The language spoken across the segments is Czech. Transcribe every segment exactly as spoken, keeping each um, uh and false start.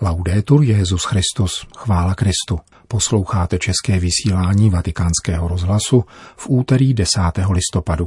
Laudetur Jesus Christus, chvála Kristu. Posloucháte české vysílání Vatikánského rozhlasu v úterý desátého listopadu.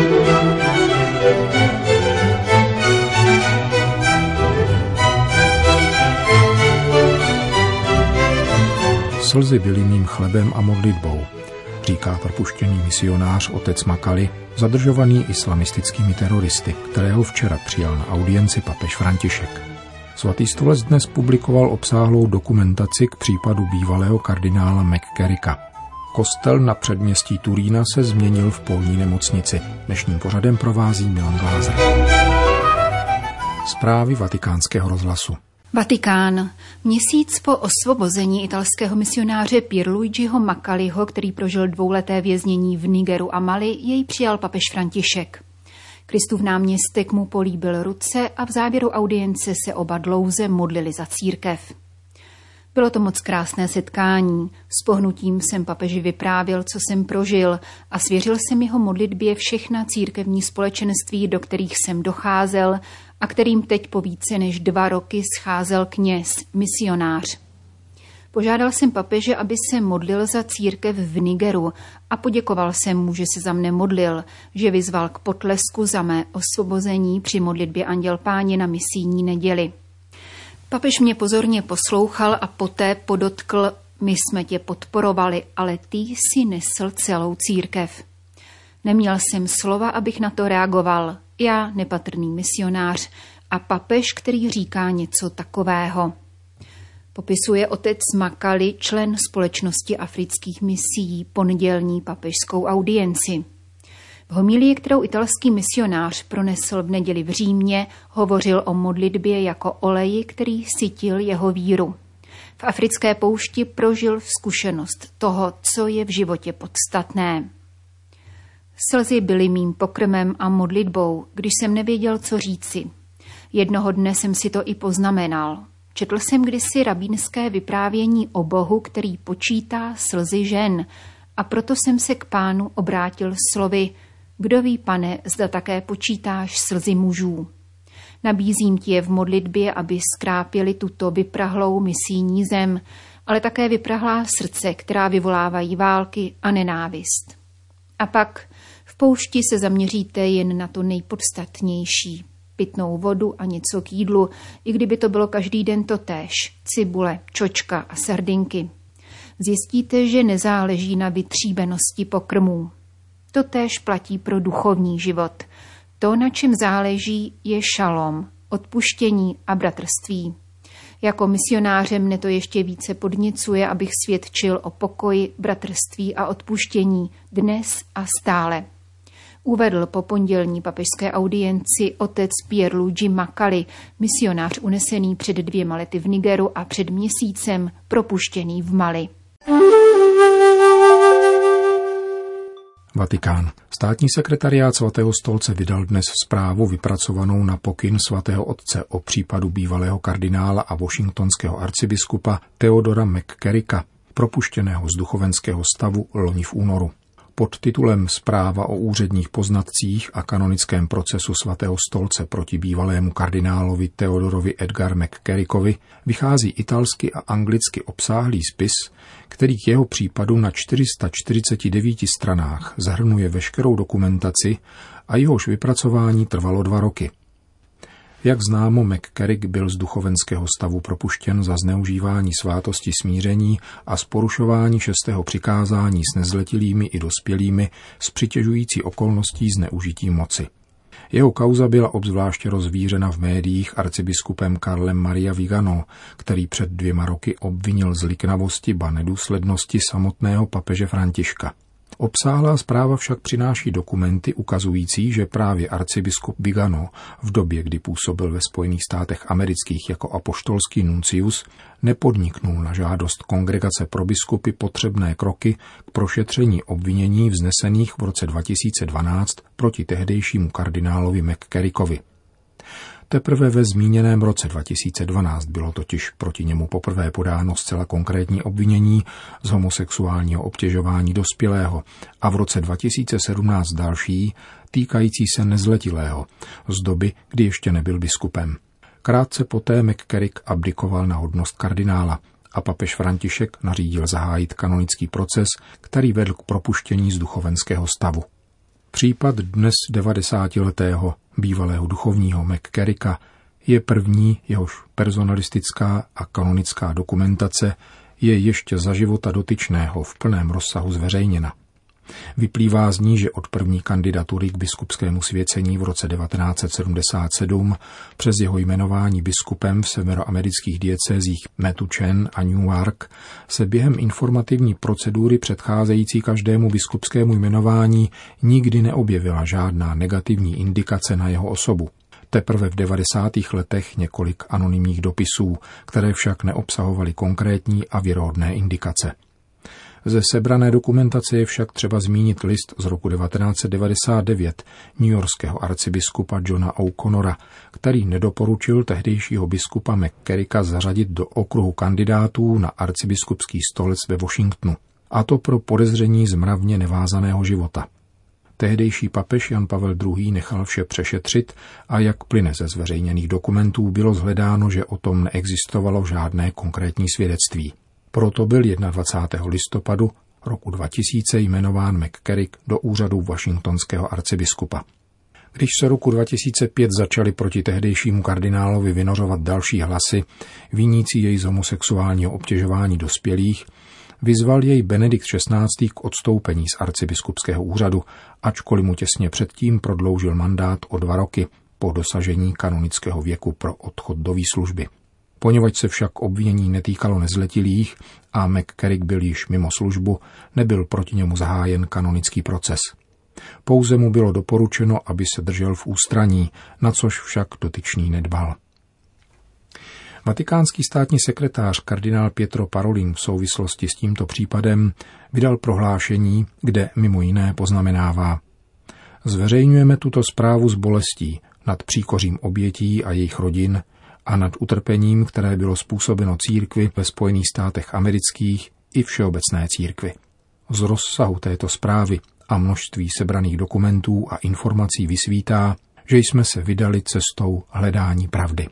Slzy byly mým chlebem a modlitbou, říká propuštěný misionář otec Makali, zadržovaný islamistickými teroristy, kterého včera přijal na audienci papež František. Svatý stolec dnes publikoval obsáhlou dokumentaci k případu bývalého kardinála McCarricka. Kostel na předměstí Turína se změnil v polní nemocnici. Dnešním pořadem provází Milan Glázer. Zprávy Vatikánského rozhlasu. Vatikán. Měsíc po osvobození italského misionáře Pierluigiho Macaliho, který prožil dvouleté věznění v Nigeru a Mali, jej přijal papež František. Kristův náměstek mu políbil ruce a v závěru audience se oba dlouze modlili za církev. Bylo to moc krásné setkání. S pohnutím jsem papeži vyprávěl, co jsem prožil, a svěřil jsem jeho modlitbě všechna církevní společenství, do kterých jsem docházel a kterým teď po více než dva roky scházel kněz, misionář. Požádal jsem papeže, aby se modlil za církev v Nigeru a poděkoval jsem mu, že se za mne modlil, že vyzval k potlesku za mé osvobození při modlitbě Anděl Páně na misijní neděli. Papež mě pozorně poslouchal a poté podotkl: my jsme tě podporovali, ale ty jsi nesl celou církev. Neměl jsem slova, abych na to reagoval. Já, nepatrný misionář, a papež, který říká něco takového. Popisuje otec Makali, člen společnosti afrických misií, pondělní papežskou audienci. V homilii, kterou italský misionář pronesl v neděli v Římě, hovořil o modlitbě jako oleji, který sytil jeho víru. V africké poušti prožil zkušenost toho, co je v životě podstatné. Slzy byly mým pokrmem a modlitbou, když jsem nevěděl, co říci. Jednoho dne jsem si to i poznamenal. Četl jsem kdysi rabínské vyprávění o Bohu, který počítá slzy žen, a proto jsem se k Pánu obrátil slovy: kdo ví, Pane, zda také počítáš slzy mužů. Nabízím ti je v modlitbě, aby skrápěli tuto vyprahlou misijní zem, ale také vyprahlá srdce, která vyvolávají války a nenávist. A pak v poušti se zaměříte jen na to nejpodstatnější. Pitnou vodu a něco k jídlu, i kdyby to bylo každý den totéž, cibule, čočka a sardinky. Zjistíte, že nezáleží na vytříbenosti pokrmů. Totéž platí pro duchovní život. To, na čem záleží, je šalom, odpuštění a bratrství. Jako misionáře mne to ještě více podněcuje, abych svědčil o pokoji, bratrství a odpuštění dnes a stále. Uvedl po pondělní papežské audienci otec Pierluigi Macali, misionář unesený před dvěma lety v Nigeru a před měsícem propuštěný v Mali. Vatikán. Státní sekretariát svatého stolce vydal dnes zprávu vypracovanou na pokyn svatého otce o případu bývalého kardinála a washingtonského arcibiskupa Theodora McCarricka, propuštěného z duchovenského stavu loni v únoru. Pod titulem Zpráva o úředních poznatcích a kanonickém procesu svatého stolce proti bývalému kardinálovi Theodorovi Edgar McCarrickovi vychází italsky a anglicky obsáhlý spis, který k jeho případu na čtyři sta čtyřicet devět stranách zahrnuje veškerou dokumentaci a jehož vypracování trvalo dva roky. Jak známo, McCarrick byl z duchovenského stavu propuštěn za zneužívání svátosti smíření a z porušování šestého přikázání s nezletilými i dospělými s přitěžující okolností zneužití moci. Jeho kauza byla obzvláště rozvířena v médiích arcibiskupem Carlem Maria Vigano, který před dvěma roky obvinil z liknavosti ba nedůslednosti samotného papeže Františka. Obsáhlá zpráva však přináší dokumenty ukazující, že právě arcibiskup Vigano v době, kdy působil ve Spojených státech amerických jako apoštolský nuncius, nepodniknul na žádost Kongregace pro biskupy potřebné kroky k prošetření obvinění vznesených v roce dva tisíce dvanáct proti tehdejšímu kardinálovi McCarrickovi. Teprve ve zmíněném roce dva tisíce dvanáct bylo totiž proti němu poprvé podáno zcela konkrétní obvinění z homosexuálního obtěžování dospělého a v roce dva tisíce sedmnáct další, týkající se nezletilého, z doby, kdy ještě nebyl biskupem. Krátce poté McCarrick abdikoval na hodnost kardinála a papež František nařídil zahájit kanonický proces, který vedl k propuštění z duchovenského stavu. Případ dnes devadesátiletého bývalého duchovního McCarricka je první, jehož personalistická a kanonická dokumentace je ještě za života dotyčného v plném rozsahu zveřejněna. Vyplývá z ní, že od první kandidatury k biskupskému svěcení v roce devatenáct set sedmdesát sedm přes jeho jmenování biskupem v severoamerických diecézích Metuchen a Newark se během informativní procedury předcházející každému biskupskému jmenování nikdy neobjevila žádná negativní indikace na jeho osobu. Teprve v devadesátých letech několik anonymních dopisů, které však neobsahovaly konkrétní a věrohodné indikace. Ze sebrané dokumentace je však třeba zmínit list z roku devatenáct set devadesát devět newyorského arcibiskupa Johna O'Connora, který nedoporučil tehdejšího biskupa McCarricka zařadit do okruhu kandidátů na arcibiskupský stolec ve Washingtonu, a to pro podezření z mravně nevázaného života. Tehdejší papež Jan Pavel druhý. Nechal vše přešetřit a jak plyne ze zveřejněných dokumentů, bylo shledáno, že o tom neexistovalo žádné konkrétní svědectví. Proto byl dvacátého prvního listopadu roku dva tisíce jmenován McCarrick do úřadu washingtonského arcibiskupa. Když se roku dva tisíce pět začaly proti tehdejšímu kardinálovi vynořovat další hlasy, vinící jej z homosexuálního obtěžování dospělých, vyzval jej Benedikt šestnáctý. K odstoupení z arcibiskupského úřadu, ačkoliv mu těsně předtím prodloužil mandát o dva roky po dosažení kanonického věku pro odchod do výslužby. Poněvadž se však obvinění netýkalo nezletilých a McCarrick byl již mimo službu, nebyl proti němu zahájen kanonický proces. Pouze mu bylo doporučeno, aby se držel v ústraní, na což však dotyčný nedbal. Vatikánský státní sekretář kardinál Pietro Parolin v souvislosti s tímto případem vydal prohlášení, kde mimo jiné poznamenává: Zveřejňujeme tuto zprávu s bolestí nad příkořím obětí a jejich rodin a nad utrpením, které bylo způsobeno církvi ve Spojených státech amerických i všeobecné církvi. Z rozsahu této zprávy a množství sebraných dokumentů a informací vysvítá, že jsme se vydali cestou hledání pravdy.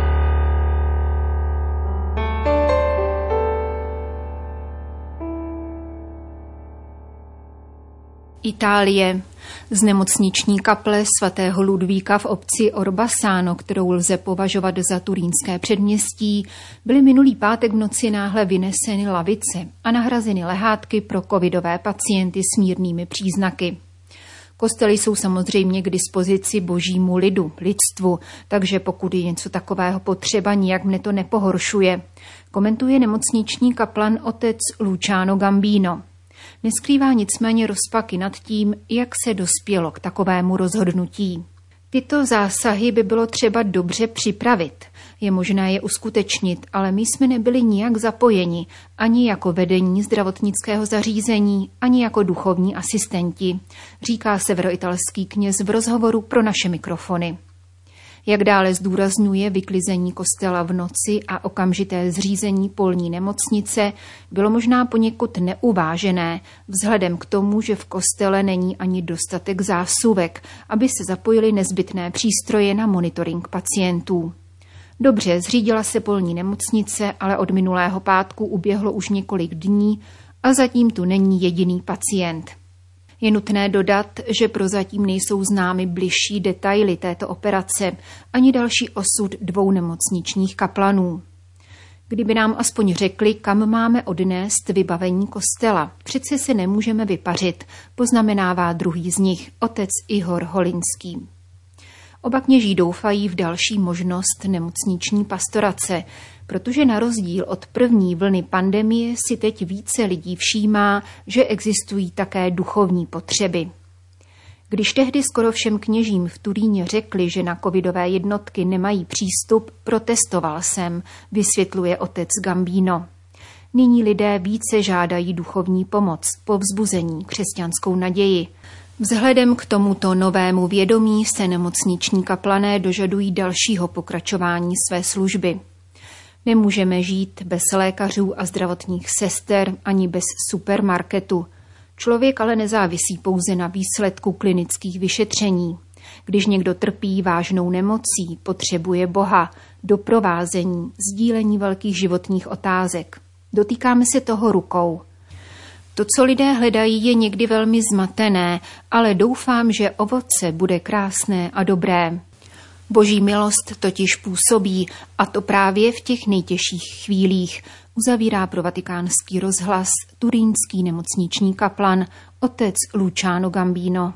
Itálie. Z nemocniční kaple svatého Ludvíka v obci Orbassano, kterou lze považovat za turínské předměstí, byly minulý pátek v noci náhle vyneseny lavice a nahrazeny lehátky pro covidové pacienty s mírnými příznaky. Kostely jsou samozřejmě k dispozici božímu lidu, lidstvu, takže pokud je něco takového potřeba, nijak mne to nepohoršuje, komentuje nemocniční kaplan otec Luciano Gambino. Neskrývá nicméně rozpaky nad tím, jak se dospělo k takovému rozhodnutí. Tyto zásahy by bylo třeba dobře připravit. Je možné je uskutečnit, ale my jsme nebyli nijak zapojeni, ani jako vedení zdravotnického zařízení, ani jako duchovní asistenti, říká severoitalský kněz v rozhovoru pro naše mikrofony. Jak dále zdůrazňuje, vyklizení kostela v noci a okamžité zřízení polní nemocnice bylo možná poněkud neuvážené, vzhledem k tomu, že v kostele není ani dostatek zásuvek, aby se zapojily nezbytné přístroje na monitoring pacientů. Dobře, zřídila se polní nemocnice, ale od minulého pátku uběhlo už několik dní a zatím tu není jediný pacient. Je nutné dodat, že prozatím nejsou známy bližší detaily této operace ani další osud dvou nemocničních kaplanů. Kdyby nám aspoň řekli, kam máme odnést vybavení kostela, přece se nemůžeme vypařit, poznamenává druhý z nich, otec Ihor Holinský. Oba kněží doufají v další možnost nemocniční pastorace, protože na rozdíl od první vlny pandemie si teď více lidí všímá, že existují také duchovní potřeby. Když tehdy skoro všem kněžím v Turíně řekli, že na covidové jednotky nemají přístup, protestoval jsem, vysvětluje otec Gambino. Nyní lidé více žádají duchovní pomoc, povzbuzení, křesťanskou naději. Vzhledem k tomuto novému vědomí se nemocniční kaplané dožadují dalšího pokračování své služby. Nemůžeme žít bez lékařů a zdravotních sester ani bez supermarketu. Člověk ale nezávisí pouze na výsledku klinických vyšetření. Když někdo trpí vážnou nemocí, potřebuje Boha, doprovázení, sdílení velkých životních otázek. Dotýkáme se toho rukou. To, co lidé hledají, je někdy velmi zmatené, ale doufám, že ovoce bude krásné a dobré. Boží milost totiž působí, a to právě v těch nejtěžších chvílích, uzavírá pro Vatikánský rozhlas turínský nemocniční kaplan otec Luciano Gambino.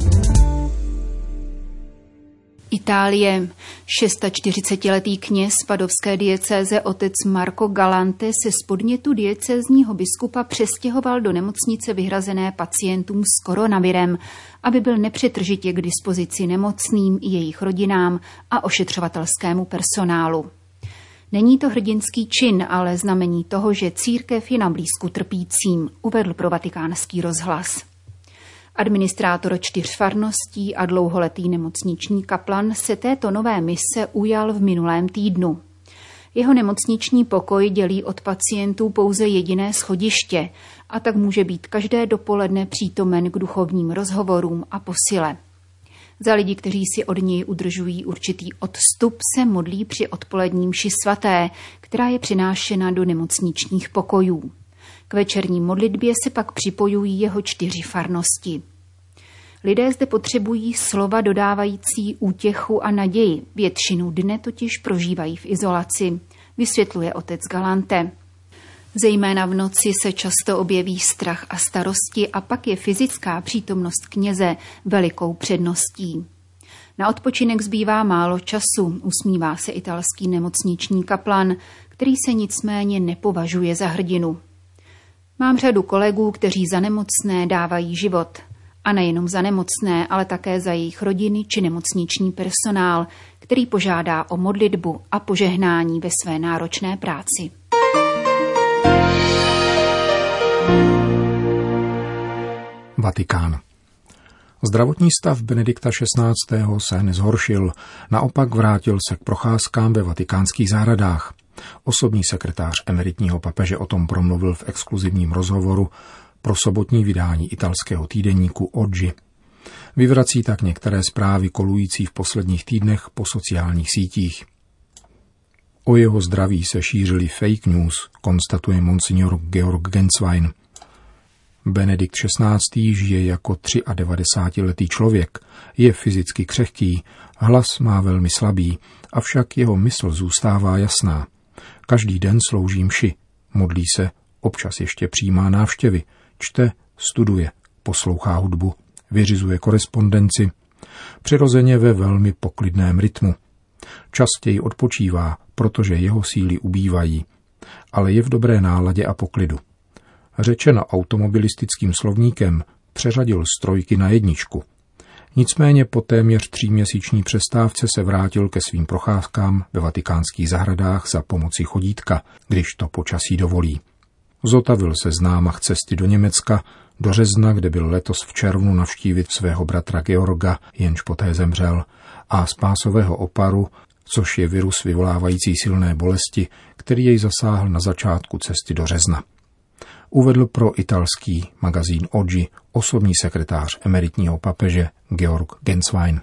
Itálie. čtyřicetišestiletý kněz padovské diecéze otec Marco Galante se z podnětu diecézního biskupa přestěhoval do nemocnice vyhrazené pacientům s koronavirem, aby byl nepřetržitě k dispozici nemocným i jejich rodinám a ošetřovatelskému personálu. Není to hrdinský čin, ale znamení toho, že církev je na blízku trpícím, uvedl pro Vatikánský rozhlas. Administrátor čtyř farností a dlouholetý nemocniční kaplan se této nové mise ujal v minulém týdnu. Jeho nemocniční pokoj dělí od pacientů pouze jediné schodiště a tak může být každé dopoledne přítomen k duchovním rozhovorům a posile. Za lidi, kteří si od něj udržují určitý odstup, se modlí při odpolední mši svaté, která je přinášena do nemocničních pokojů. K večerní modlitbě se pak připojují jeho čtyři farnosti. Lidé zde potřebují slova dodávající útěchu a naději, většinu dne totiž prožívají v izolaci, vysvětluje otec Galante. Zejména v noci se často objeví strach a starosti a pak je fyzická přítomnost kněze velikou předností. Na odpočinek zbývá málo času, usmívá se italský nemocniční kaplan, který se nicméně nepovažuje za hrdinu. Mám řadu kolegů, kteří za nemocné dávají život. A nejenom za nemocné, ale také za jejich rodiny či nemocniční personál, který požádá o modlitbu a požehnání ve své náročné práci. Vatikán. Zdravotní stav Benedikta šestnáctého se nezhoršil, naopak vrátil se k procházkám ve vatikánských zahradách. Osobní sekretář emeritního papeže o tom promluvil v exkluzivním rozhovoru pro sobotní vydání italského týdeníku Oggi. Vyvrací tak některé zprávy kolující v posledních týdnech po sociálních sítích. O jeho zdraví se šířily fake news, konstatuje monsignor Georg Genswein. Benedikt šestnáctý žije jako devadesátitříletý člověk, je fyzicky křehký, hlas má velmi slabý, avšak jeho mysl zůstává jasná. Každý den slouží mši, modlí se, občas ještě přijímá návštěvy, čte, studuje, poslouchá hudbu, vyřizuje korespondenci, přirozeně ve velmi poklidném rytmu. Častěji odpočívá, protože jeho síly ubývají, ale je v dobré náladě a poklidu. Řečeno automobilistickým slovníkem, přeřadil strojky na jedničku. Nicméně po téměř tříměsíční přestávce se vrátil ke svým procházkám ve vatikánských zahradách za pomoci chodítka, když to počasí dovolí. Zotavil se z námah cesty do Německa, do Řezna, kde byl letos v červnu navštívit svého bratra Georga, jenž poté zemřel, a z pásového oparu, což je virus vyvolávající silné bolesti, který jej zasáhl na začátku cesty do Řezna. Uvedl pro italský magazín Oggi osobní sekretář emeritního papeže Georg Genswein.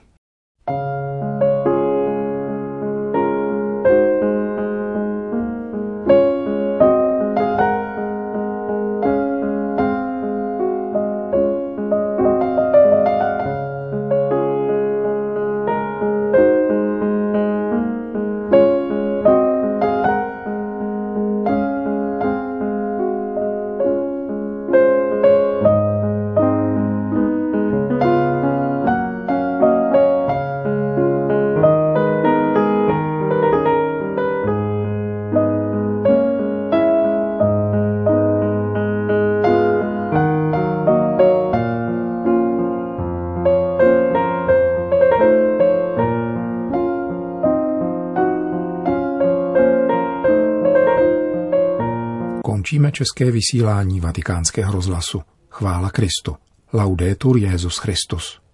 Končíme české vysílání Vatikánského rozhlasu. Chvála Kristu. Laudetur Jesus Christus.